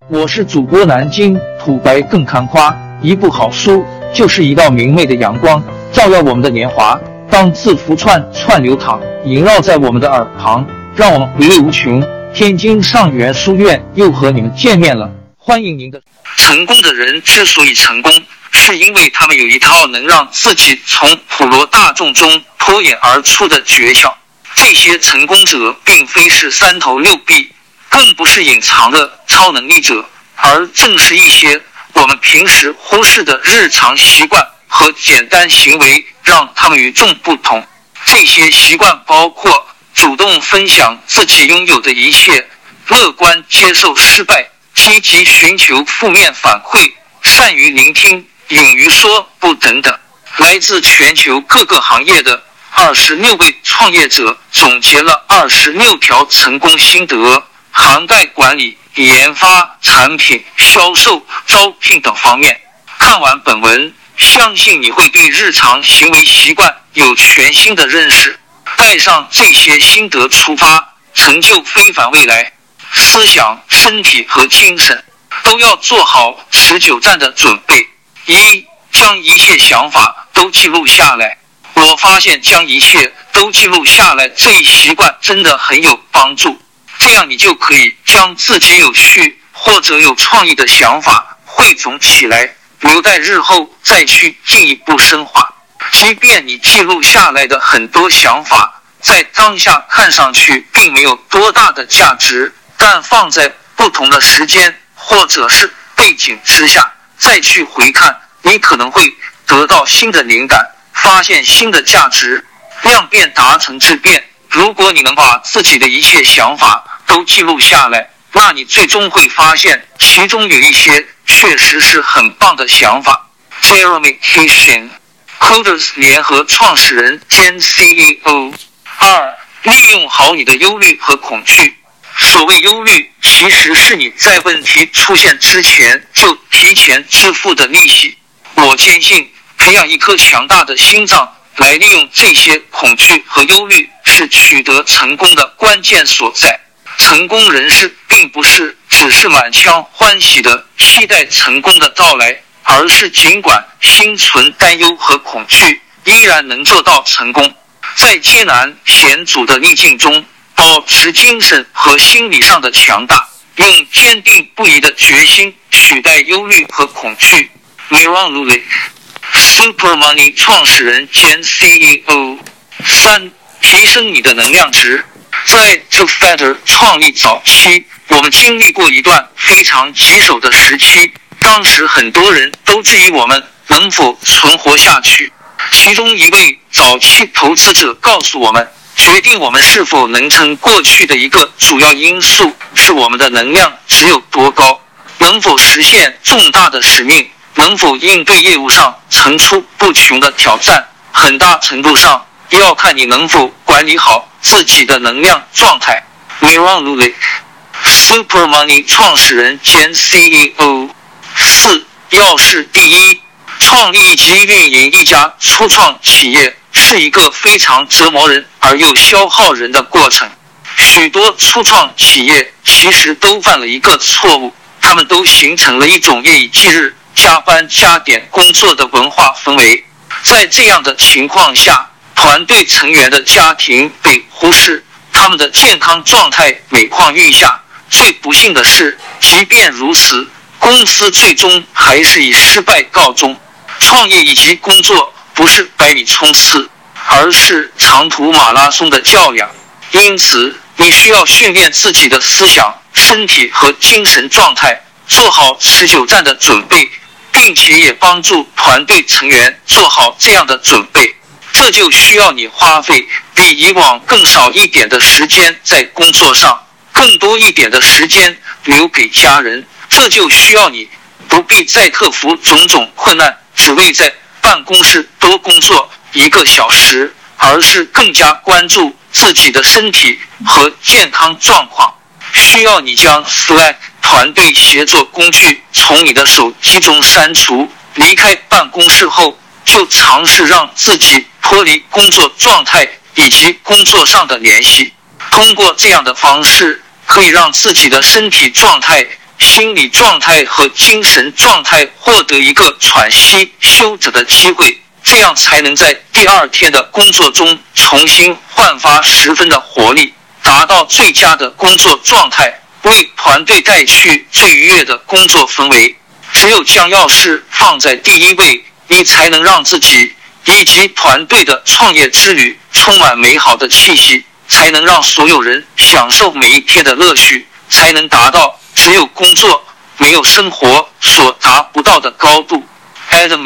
我是主播南京土白更看花，一部好书就是一道明媚的阳光，照耀我们的年华。当字符串流淌，萦绕在我们的耳旁，让我们回味无穷。天津上元书院又和你们见面了，欢迎您的。 成功的人之所以成功，是因为他们有一套能让自己从普罗大众中脱颖而出的诀窍。这些成功者并非是三头六臂，更不是隐藏的超能力者，而正是一些我们平时忽视的日常习惯和简单行为，让他们与众不同。这些习惯包括主动分享自己拥有的一切，乐观接受失败，积极寻求负面反馈，善于聆听，勇于说不等等。来自全球各个行业的26位创业者总结了26条成功心得，涵盖管理、研发、产品、销售、招聘等方面。看完本文，相信你会对日常行为习惯有全新的认识。带上这些心得出发，成就非凡未来。思想、身体和精神都要做好持久战的准备。一、将一切想法都记录下来。我发现将一切都记录下来这一习惯真的很有帮助，这样你就可以将自己有趣或者有创意的想法汇总起来，留待日后再去进一步深化。即便你记录下来的很多想法在当下看上去并没有多大的价值，但放在不同的时间或者是背景之下再去回看，你可能会得到新的灵感，发现新的价值。量变达成质变，如果你能把自己的一切想法都记录下来，那你最终会发现其中有一些确实是很棒的想法。 Jeremy Hishin Coders 联合创始人兼 CEO。 2. 利用好你的忧虑和恐惧。所谓忧虑，其实是你在问题出现之前就提前支付的利息。我坚信，培养一颗强大的心脏来利用这些恐惧和忧虑，是取得成功的关键所在。成功人士并不是只是满腔欢喜的期待成功的到来，而是尽管心存担忧和恐惧，依然能做到成功。在艰难险阻的逆境中，保持精神和心理上的强大，用坚定不移的决心取代忧虑和恐惧。 Miron Lully Super Money 创始人兼 CEO。 3. 提升你的能量值。在 Together 创立早期，我们经历过一段非常棘手的时期，当时很多人都质疑我们能否存活下去。其中一位早期投资者告诉我们，决定我们是否能撑过去的一个主要因素是我们的能量值有多高，能否实现重大的使命，能否应对业务上层出不穷的挑战，很大程度上要看你能否管理好自己的能量状态。 Miron Lully Super Money 创始人兼 CEO。 4. 要事第一。创立及运营一家初创企业是一个非常折磨人而又消耗人的过程。许多初创企业其实都犯了一个错误，他们都形成了一种夜以继日、加班加点工作的文化氛围。在这样的情况下，团队成员的家庭被忽视，他们的健康状态每况愈下。最不幸的是，即便如此，公司最终还是以失败告终。创业以及工作不是百米冲刺，而是长途马拉松的较量。因此，你需要训练自己的思想、身体和精神状态，做好持久战的准备，并且也帮助团队成员做好这样的准备。这就需要你花费比以往更少一点的时间在工作上，更多一点的时间留给家人。这就需要你不必再克服种种困难，只为在办公室多工作1个小时，而是更加关注自己的身体和健康状况。需要你将 Slack 团队协作工具从你的手机中删除，离开办公室后就尝试让自己脱离工作状态以及工作上的联系。通过这样的方式，可以让自己的身体状态心理状态和精神状态获得一个喘息休整的机会，这样才能在第二天的工作中重新焕发10分的活力，达到最佳的工作状态，为团队带去最愉悦的工作氛围。只有将要事放在第一位，你才能让自己以及团队的创业之旅充满美好的气息，才能让所有人享受每一天的乐趣，才能达到只有工作没有生活所达不到的高度。 Adam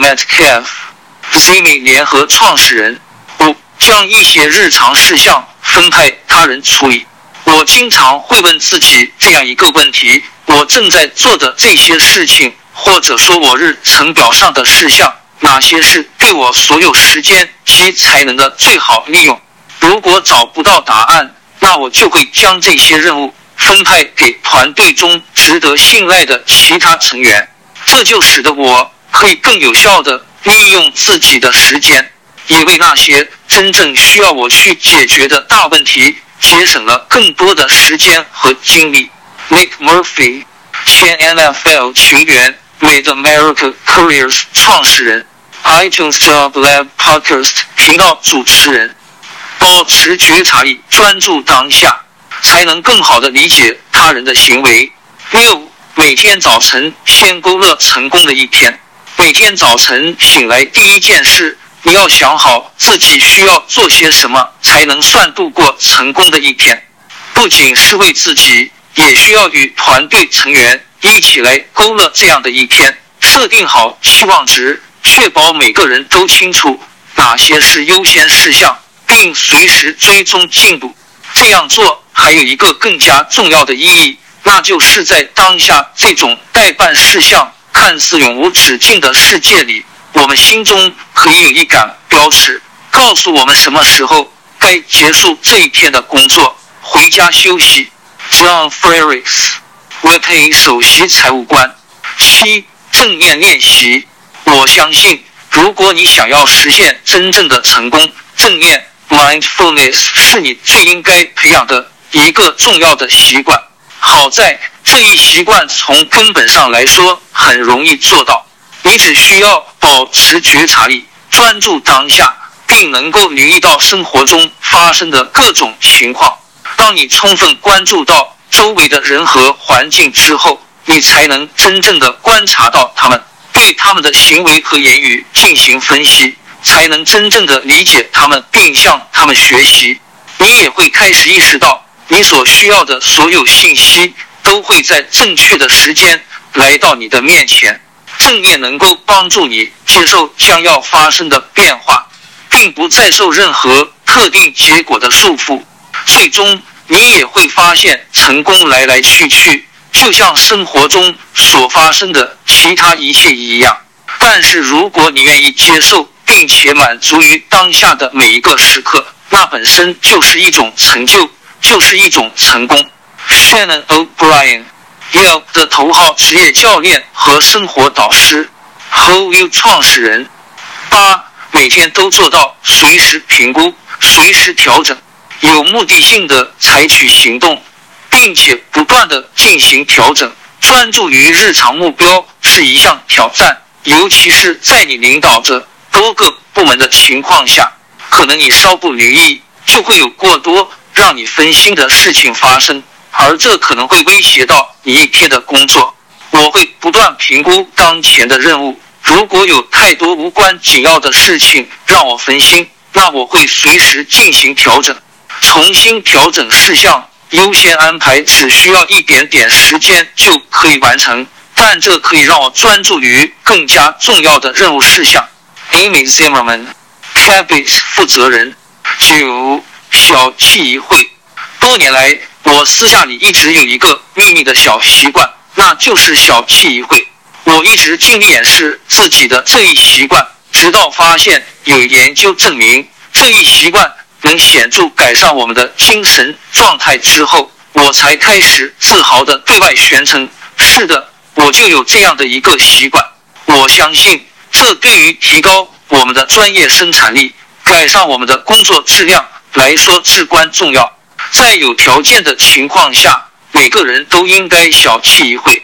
Metcalf，Zimi 联合创始人。5. 将一些日常事项分派他人处理。我经常会问自己这样一个问题：我正在做的这些事情，或者说我日程表上的事项，哪些是对我所有时间及才能的最好利用？如果找不到答案，那我就会将这些任务分派给团队中值得信赖的其他成员，这就使得我可以更有效地利用自己的时间，也为那些真正需要我去解决的大问题节省了更多的时间和精力。 Nick Murphy， 前 NFL 球员，Made America Careers 创始人， iTunes Job Lab Podcast 频道主持人。保持觉察力，专注当下，才能更好地理解他人的行为。6. 每天早晨先勾勒成功的一天。每天早晨醒来第一件事，你要想好自己需要做些什么才能算度过成功的一天。不仅是为自己，也需要与团队成员一起来勾勒这样的一天，设定好期望值，确保每个人都清楚哪些是优先事项，并随时追踪进度。这样做还有一个更加重要的意义，那就是在当下这种待办事项看似永无止境的世界里，我们心中可以有一杆标尺，告诉我们什么时候该结束这一天的工作，回家休息。 John Frerichs， WebPay 首席财务官。7. 正念练习。我相信，如果你想要实现真正的成功，正念 Mindfulness 是你最应该培养的一个重要的习惯。好在这一习惯从根本上来说很容易做到，你只需要保持觉察力，专注当下，并能够留意到生活中发生的各种情况。当你充分关注到周围的人和环境之后，你才能真正的观察到他们，对他们的行为和言语进行分析，才能真正的理解他们并向他们学习。你也会开始意识到，你所需要的所有信息都会在正确的时间来到你的面前。正念能够帮助你接受将要发生的变化，并不再受任何特定结果的束缚。最终你也会发现，成功来来去去，就像生活中所发生的其他一切一样。但是如果你愿意接受并且满足于当下的每一个时刻，那本身就是一种成就，就是一种成功。 Shannon O'Brien， Yelp 的头号职业教练和生活导师， Whole 创始人。8. 每天都做到随时评估，随时调整，有目的性的采取行动，并且不断的进行调整。专注于日常目标是一项挑战，尤其是在你领导着多个部门的情况下，可能你稍不留意，就会有过多让你分心的事情发生，而这可能会威胁到你一天的工作。我会不断评估当前的任务，如果有太多无关紧要的事情让我分心，那我会随时进行调整，重新调整事项。优先安排只需要一点点时间就可以完成，但这可以让我专注于更加重要的任务事项。Amy Zimmerman， Cabot 负责人。9. 小憩一会。多年来，我私下里一直有一个秘密的小习惯，那就是小憩一会。我一直尽力掩饰自己的这一习惯，直到发现有研究证明这一习惯能显著改善我们的精神状态之后，我才开始自豪地对外宣称，是的，我就有这样的一个习惯。我相信这对于提高我们的专业生产力，改善我们的工作质量来说至关重要。在有条件的情况下，每个人都应该小憩一会。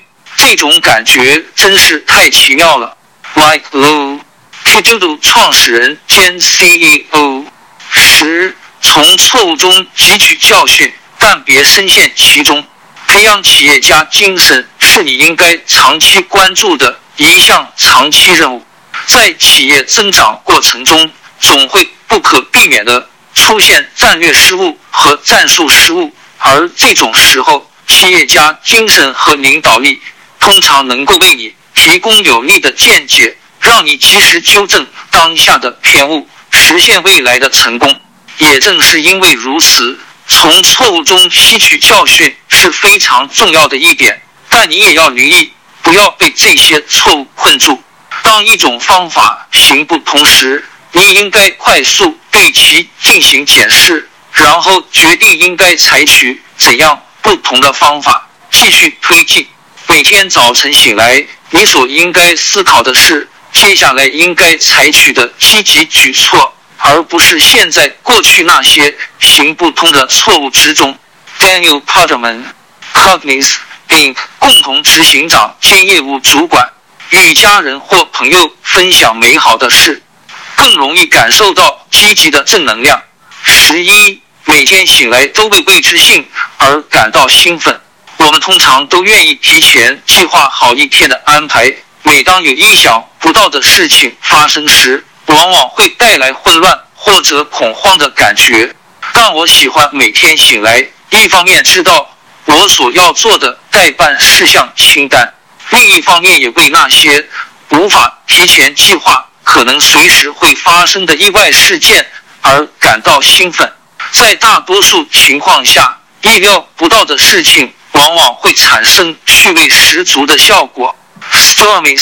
这种感觉真是太奇妙了。Mike Lowe，Pinduoduo 创始人兼 CEO。从错误中汲取教训，但别深陷其中。培养企业家精神是你应该长期关注的一项长期任务。在企业增长过程中，总会不可避免地出现战略失误和战术失误，而这种时候，企业家精神和领导力通常能够为你提供有力的见解，让你及时纠正当下的偏误，实现未来的成功。也正是因为如此，从错误中吸取教训是非常重要的一点，但你也要留意，不要被这些错误困住。当一种方法行不通时，你应该快速对其进行检视，然后决定应该采取怎样不同的方法继续推进。每天早晨醒来，你所应该思考的是接下来应该采取的积极举措，而不是陷在过去那些行不通的错误之中。Daniel Potterman，Cognis Inc. 共同执行长兼业务主管，与家人或朋友分享美好的事，更容易感受到积极的正能量。11. 每天醒来都为未知性而感到兴奋。我们通常都愿意提前计划好一天的安排，每当有意想不到的事情发生时，往往会带来混乱或者恐慌的感觉。但我喜欢每天醒来，一方面知道我所要做的待办事项清单，另一方面也为那些无法提前计划、可能随时会发生的意外事件而感到兴奋。在大多数情况下，意料不到的事情往往会产生趣味十足的效果。Stormy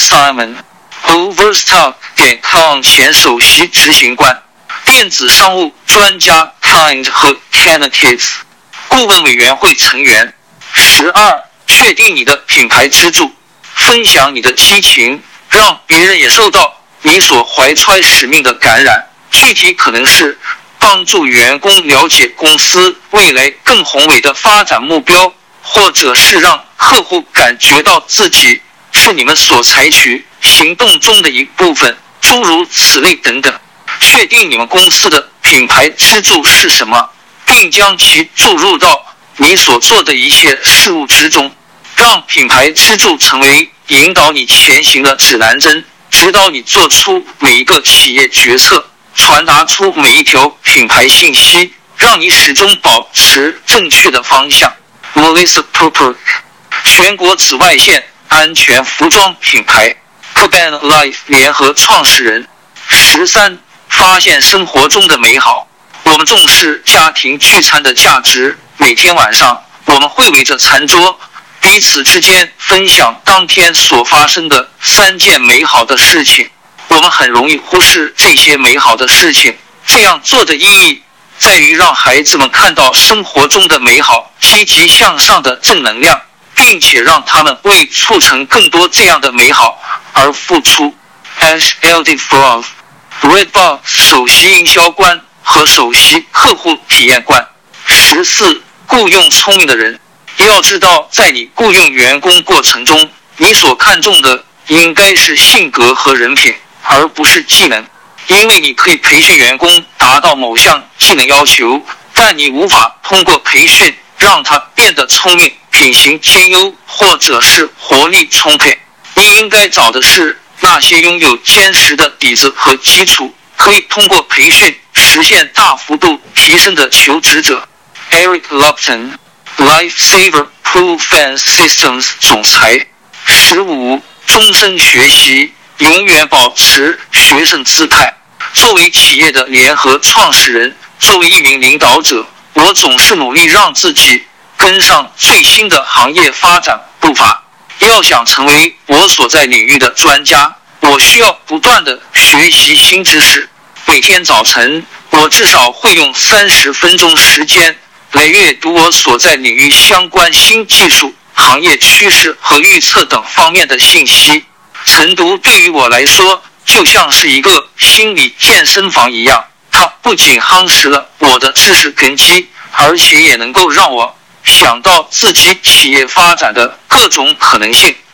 Simon，Overstock.com 前首席执行官，电子商务专家 Kind 和 Candidates 顾问委员会成员。12. 确定你的品牌支柱，分享你的激情，让别人也受到你所怀揣使命的感染。具体可能是帮助员工了解公司未来更宏伟的发展目标，或者是让客户感觉到自己是你们所采取行动中的一部分，诸如此类等等。确定你们公司的品牌支柱是什么，并将其注入到你所做的一切事物之中，让品牌支柱成为引导你前行的指南针，指导你做出每一个企业决策，传达出每一条品牌信息，让你始终保持正确的方向。Melissa Purple， 全国紫外线安全服装品牌 Cabana Life 联合创始人。13. 发现生活中的美好。我们重视家庭聚餐的价值，每天晚上我们会围着餐桌，彼此之间分享当天所发生的3件美好的事情。我们很容易忽视这些美好的事情，这样做的意义在于让孩子们看到生活中的美好，积极向上的正能量，并且让他们为促成更多这样的美好而付出。Ash Eldifrov Redbox 首席营销官和首席客户体验官。14. 雇用聪明的人。要知道，在你雇用员工过程中，你所看重的应该是性格和人品，而不是技能。因为你可以培训员工达到某项技能要求，但你无法通过培训让他变得聪明、品行兼优，或者是活力充沛。你应该找的是那些拥有坚实的底子和基础，可以通过培训实现大幅度提升的求职者。Eric Lupton Lifesaver Proof and Systems 总裁。15. 终身学习，永远保持学生姿态。作为企业的联合创始人，作为一名领导者，我总是努力让自己跟上最新的行业发展步伐。要想成为我所在领域的专家，我需要不断的学习新知识。每天早晨，我至少会用30分钟时间来阅读我所在领域相关新技术、行业趋势和预测等方面的信息。晨读对于我来说就像是一个心理健身房一样，它不仅夯实了我的知识根基，而且也能够让我想到自己企业发展的各种可能性，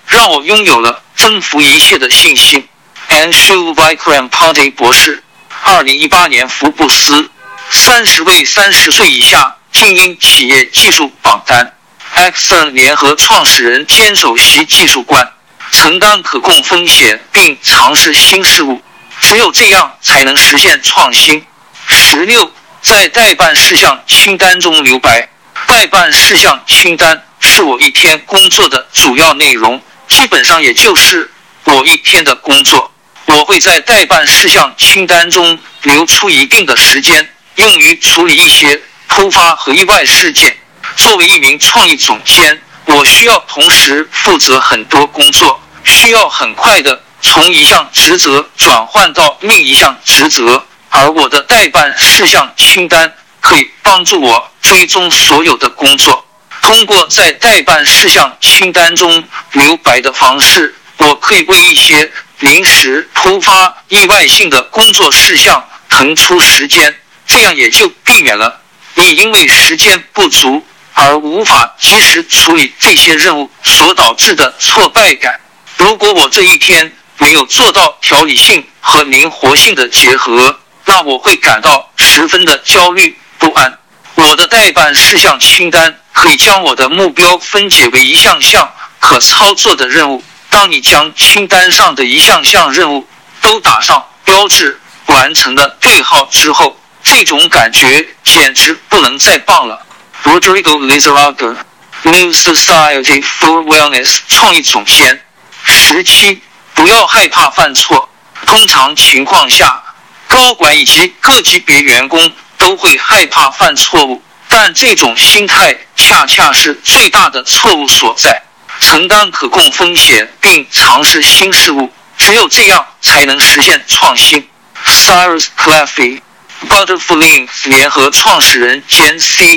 让我拥有了征服一切的信心。Anshu Vikrampati 博士，2018年福布斯30位30岁以下精英企业技术榜单。Exxon 联合创始人兼首席技术官，承担可控风险并尝试新事物，只有这样才能实现创新。16，在待办事项清单中留白。待办事项清单是我一天工作的主要内容，基本上也就是我一天的工作。我会在待办事项清单中留出一定的时间，用于处理一些突发和意外事件。作为一名创意总监，我需要同时负责很多工作，需要很快的从一项职责转换到另一项职责，而我的待办事项清单可以帮助我追踪所有的工作。通过在待办事项清单中留白的方式，我可以为一些临时突发意外性的工作事项腾出时间，这样也就避免了你因为时间不足而无法及时处理这些任务所导致的挫败感。如果我这一天没有做到条理性和灵活性的结合，那我会感到十分的焦虑不安。我的待办事项清单可以将我的目标分解为一项项可操作的任务。当你将清单上的一项项任务都打上标志完成的对号之后，这种感觉简直不能再棒了。Rodrigo Lizarraga New Society for Wellness 创意总监。17，不要害怕犯错。通常情况下，高管以及各级别员工都会害怕犯错误，但这种心态恰恰是最大的错误所在。承担可控风险并尝试新事物，只有这样才能实现创新。Cyrus Claffey Butterfly 联合创始人兼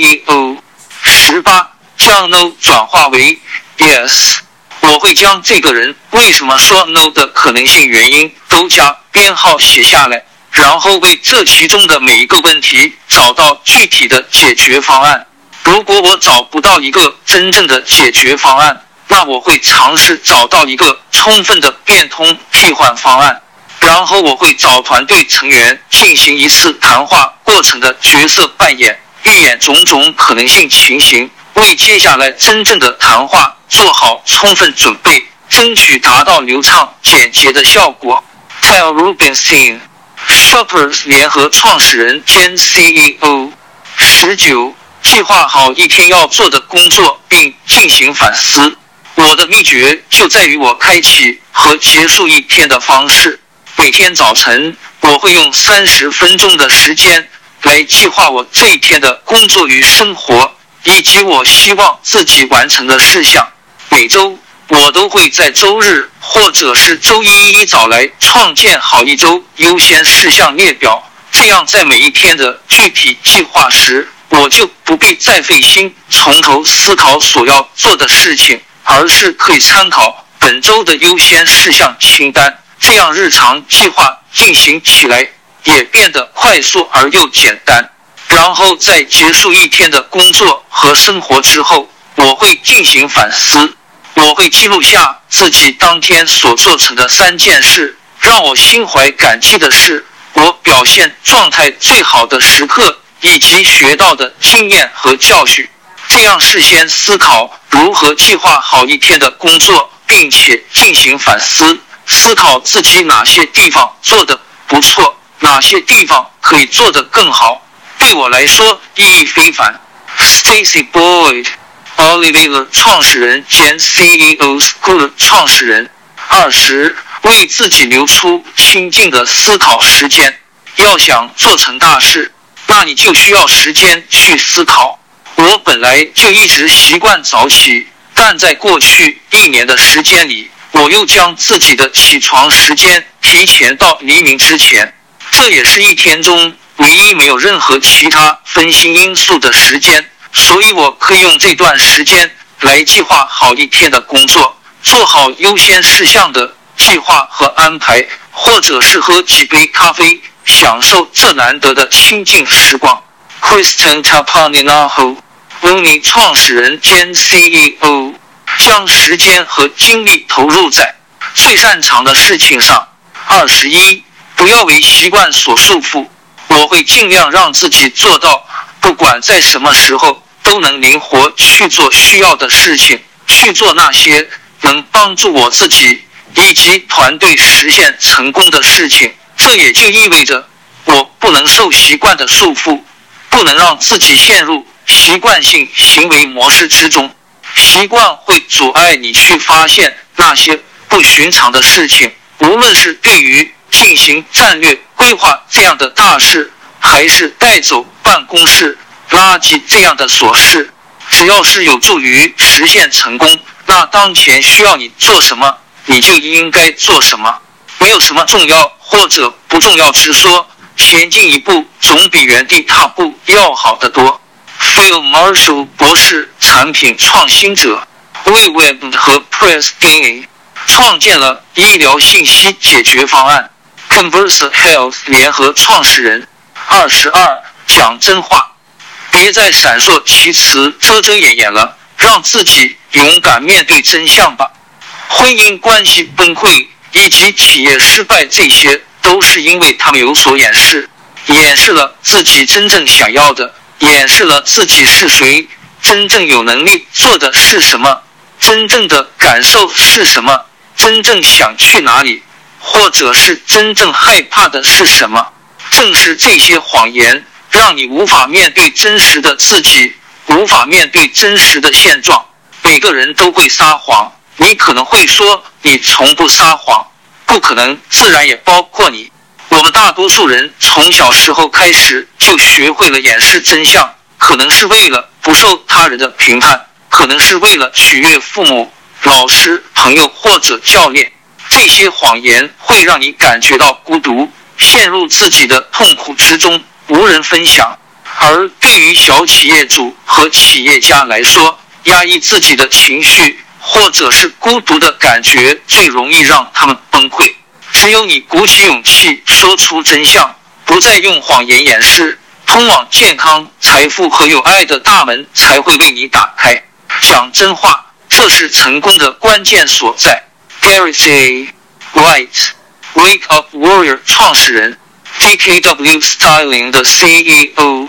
CEO。18，将 No 转化为 Yes。我会将这个人为什么说 No 的可能性原因都加编号写下来，然后为这其中的每一个问题找到具体的解决方案。如果我找不到一个真正的解决方案，那我会尝试找到一个充分的变通替换方案，然后我会找团队成员进行一次谈话过程的角色扮演，预演种种可能性情形，为接下来真正的谈话做好充分准备，争取达到流畅简洁的效果。Tel Rubinstein Shoppers 联合创始人兼 CEO。19，计划好一天要做的工作并进行反思。我的秘诀就在于我开启和结束一天的方式。每天早晨，我会用30分钟的时间来计划我这一天的工作与生活，以及我希望自己完成的事项。每周，我都会在周日或者是周一一早来创建好一周优先事项列表，这样在每一天的具体计划时，我就不必再费心从头思考所要做的事情，而是可以参考本周的优先事项清单，这样日常计划进行起来也变得快速而又简单。然后在结束一天的工作和生活之后，我会进行反思。我会记录下自己当天所做成的3件事，让我心怀感激的事，我表现状态最好的时刻，以及学到的经验和教训。这样事先思考如何计划好一天的工作，并且进行反思，思考自己哪些地方做得不错，哪些地方可以做得更好，对我来说意义非凡。Stacy Boyd Oliver 创始人兼 CEO School 创始人。20，为自己留出清静的思考时间。要想做成大事，那你就需要时间去思考。我本来就一直习惯早起，但在过去1年的时间里，我又将自己的起床时间提前到黎明之前，这也是一天中唯一没有任何其他分心因素的时间，所以我可以用这段时间来计划好一天的工作，做好优先事项的计划和安排，或者是喝几杯咖啡，享受这难得的清静时光。Kristen Tapaninaho Uni 创始人兼 CEO。 将时间和精力投入在最擅长的事情上。21，不要为习惯所束缚。我会尽量让自己做到，不管在什么时候都能灵活去做需要的事情，去做那些能帮助我自己以及团队实现成功的事情。这也就意味着我不能受习惯的束缚，不能让自己陷入习惯性行为模式之中。习惯会阻碍你去发现那些不寻常的事情，无论是对于进行战略规划这样的大事，还是带走办公室垃圾这样的琐事，只要是有助于实现成功，那当前需要你做什么，你就应该做什么。没有什么重要或者不重要之说，前进一步总比原地踏步要好得多。Phil Marshall 博士，产品创新者，为 Web 和 Press.ga 创建了医疗信息解决方案。Converse Health 联合创始人。22，讲真话，别再闪烁其词遮遮掩掩了，让自己勇敢面对真相吧。婚姻关系崩溃以及企业失败，这些都是因为他们有所掩饰，掩饰了自己真正想要的，掩饰了自己是谁，真正有能力做的是什么，真正的感受是什么，真正想去哪里，或者是真正害怕的是什么。正是这些谎言让你无法面对真实的自己，无法面对真实的现状。每个人都会撒谎，你可能会说你从不撒谎，不可能，自然也包括你。我们大多数人从小时候开始就学会了掩饰真相，可能是为了不受他人的评判，可能是为了取悦父母、老师、朋友或者教练。这些谎言会让你感觉到孤独，陷入自己的痛苦之中，无人分享。而对于小企业主和企业家来说，压抑自己的情绪或者是孤独的感觉最容易让他们崩溃。只有你鼓起勇气说出真相，不再用谎言掩饰，通往健康、财富和有爱的大门才会为你打开。讲真话，这是成功的关键所在。Gary J. White，Wake Up Warrior 创始人， DKW Styling 的 CEO。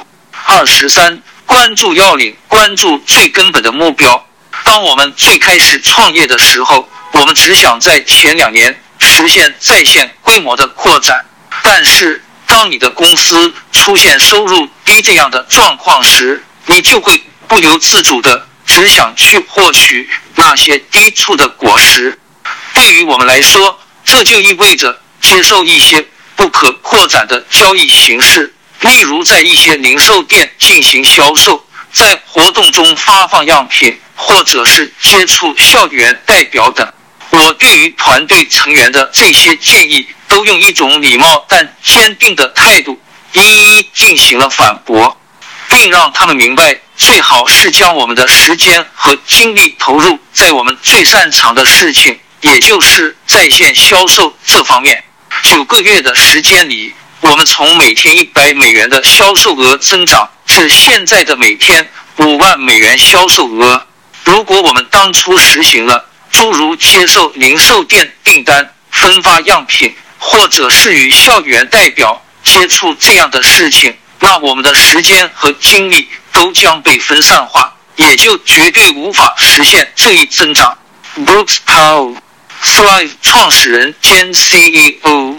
23，关注要领，关注最根本的目标。当我们最开始创业的时候，我们只想在前2年实现在线规模的扩展，但是当你的公司出现收入低这样的状况时，你就会不由自主的只想去获取那些低处的果实。对于我们来说，这就意味着接受一些不可扩展的交易形式，例如在一些零售店进行销售，在活动中发放样品，或者是接触校园代表等。我对于团队成员的这些建议都用一种礼貌但坚定的态度一一进行了反驳，并让他们明白最好是将我们的时间和精力投入在我们最擅长的事情，也就是在线销售这方面。9个月的时间里，我们从每天100美元的销售额增长至现在的每天5万美元销售额。如果我们当初实行了诸如接受零售店订单、分发样品，或者是与校园代表接触这样的事情，那我们的时间和精力都将被分散化，也就绝对无法实现这一增长。 Brooks Powell，Thrive 创始人兼 CEO。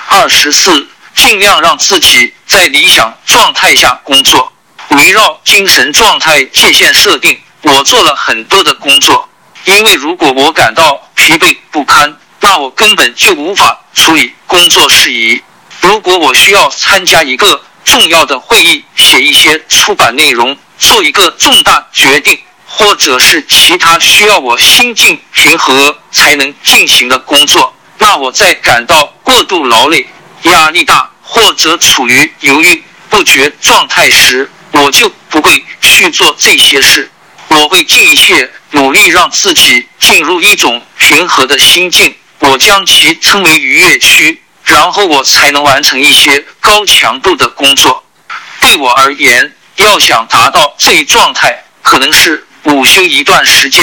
24，尽量让自己在理想状态下工作。围绕精神状态界限设定，我做了很多的工作，因为如果我感到疲惫不堪，那我根本就无法处理工作事宜。如果我需要参加一个重要的会议，写一些出版内容，做一个重大决定，或者是其他需要我心境平和才能进行的工作，那我在感到过度劳累、压力大或者处于犹豫不决状态时，我就不会去做这些事。我会尽一切努力让自己进入一种平和的心境，我将其称为愉悦区，然后我才能完成一些高强度的工作。对我而言，要想达到这一状态，可能是午休一段时间，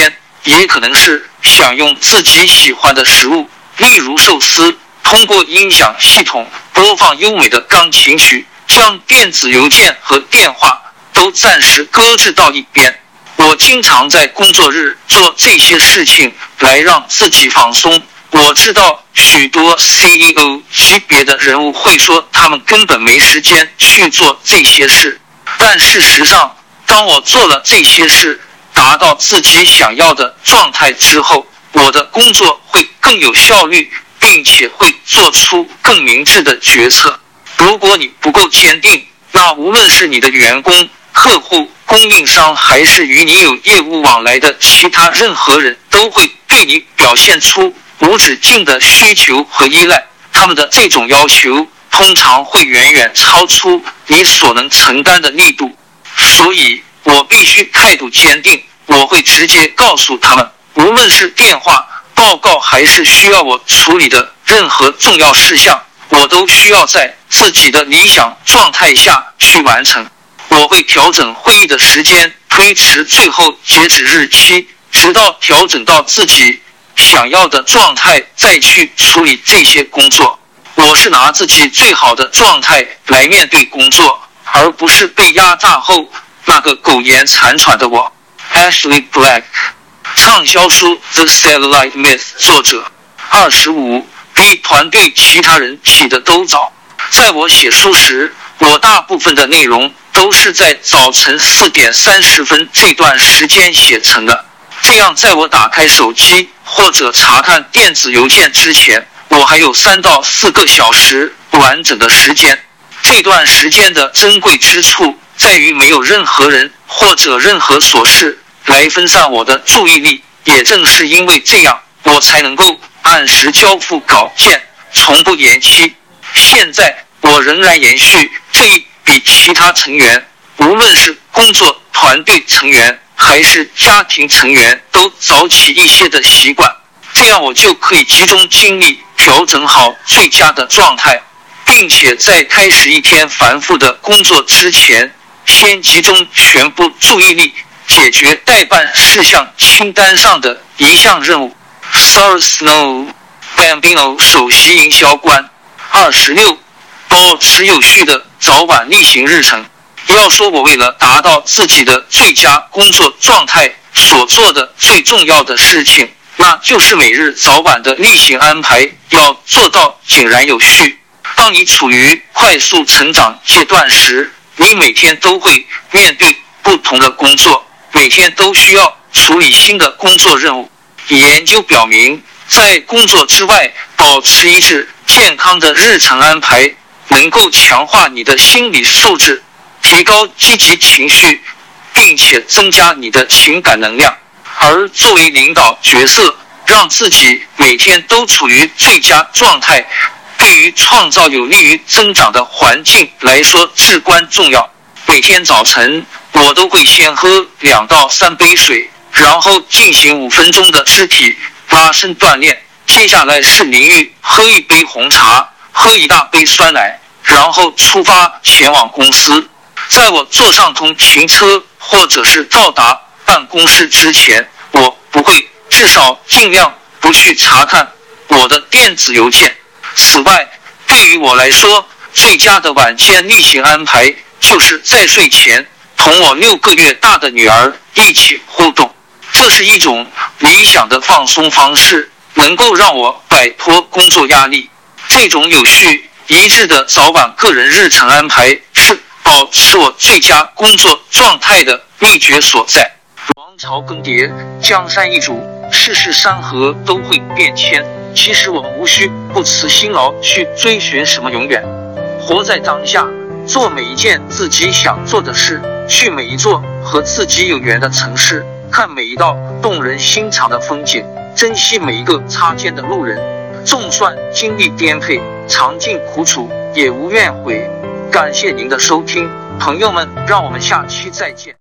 也可能是享用自己喜欢的食物，例如寿司。通过音响系统播放优美的钢琴曲，将电子邮件和电话都暂时搁置到一边。我经常在工作日做这些事情来让自己放松。我知道许多 CEO 级别的人物会说他们根本没时间去做这些事，但事实上，当我做了这些事，达到自己想要的状态之后，我的工作会更有效率，并且会做出更明智的决策。如果你不够坚定，那无论是你的员工、客户、供应商，还是与你有业务往来的其他任何人，都会对你表现出无止境的需求和依赖。他们的这种要求通常会远远超出你所能承担的力度，所以我必须态度坚定。我会直接告诉他们，无论是电话、报告还是需要我处理的任何重要事项，我都需要在自己的理想状态下去完成。我会调整会议的时间，推迟最后截止日期，直到调整到自己想要的状态再去处理这些工作。我是拿自己最好的状态来面对工作，而不是被压榨后那个苟延残喘的我。 Ashley Black， 畅销书 The Satellite Myth 作者。25，比团队其他人起得都早。在我写书时，我大部分的内容都是在早晨4点30分这段时间写成的。这样在我打开手机或者查看电子邮件之前，我还有3到4个小时完整的时间。这段时间的珍贵之处在于没有任何人或者任何琐事来分散我的注意力，也正是因为这样，我才能够按时交付稿件，从不延期。现在我仍然延续这一比其他成员，无论是工作团队成员还是家庭成员，都早起一些的习惯。这样我就可以集中精力，调整好最佳的状态，并且在开始一天繁复的工作之前，先集中全部注意力解决待办事项清单上的一项任务。Sarah Snow Bambino 首席营销官。26，保持有序的早晚例行日程。要说我为了达到自己的最佳工作状态所做的最重要的事情，那就是每日早晚的例行安排要做到井然有序。当你处于快速成长阶段时，你每天都会面对不同的工作，每天都需要处理新的工作任务。研究表明，在工作之外保持一致健康的日程安排，能够强化你的心理素质，提高积极情绪，并且增加你的情感能量。而作为领导角色，让自己每天都处于最佳状态，对于创造有利于增长的环境来说至关重要。每天早晨，我都会先喝2到3杯水，然后进行5分钟的肢体拉伸锻炼。接下来是淋浴，喝1杯红茶，喝1大杯酸奶，然后出发前往公司。在我坐上通勤车或者是到达办公室之前，我不会，至少尽量不去查看我的电子邮件。此外，对于我来说，最佳的晚间例行安排就是在睡前同我6个月大的女儿一起互动。这是一种理想的放松方式，能够让我摆脱工作压力。这种有序一致的早晚个人日程安排是保持我最佳工作状态的秘诀所在。王朝更迭，江山易主，世事山河都会变迁。其实我们无需不辞辛劳去追寻什么永远，活在当下，做每一件自己想做的事，去每一座和自己有缘的城市，看每一道动人心肠的风景，珍惜每一个擦肩的路人。纵算经历颠沛，尝尽苦楚，也无怨悔。感谢您的收听，朋友们，让我们下期再见。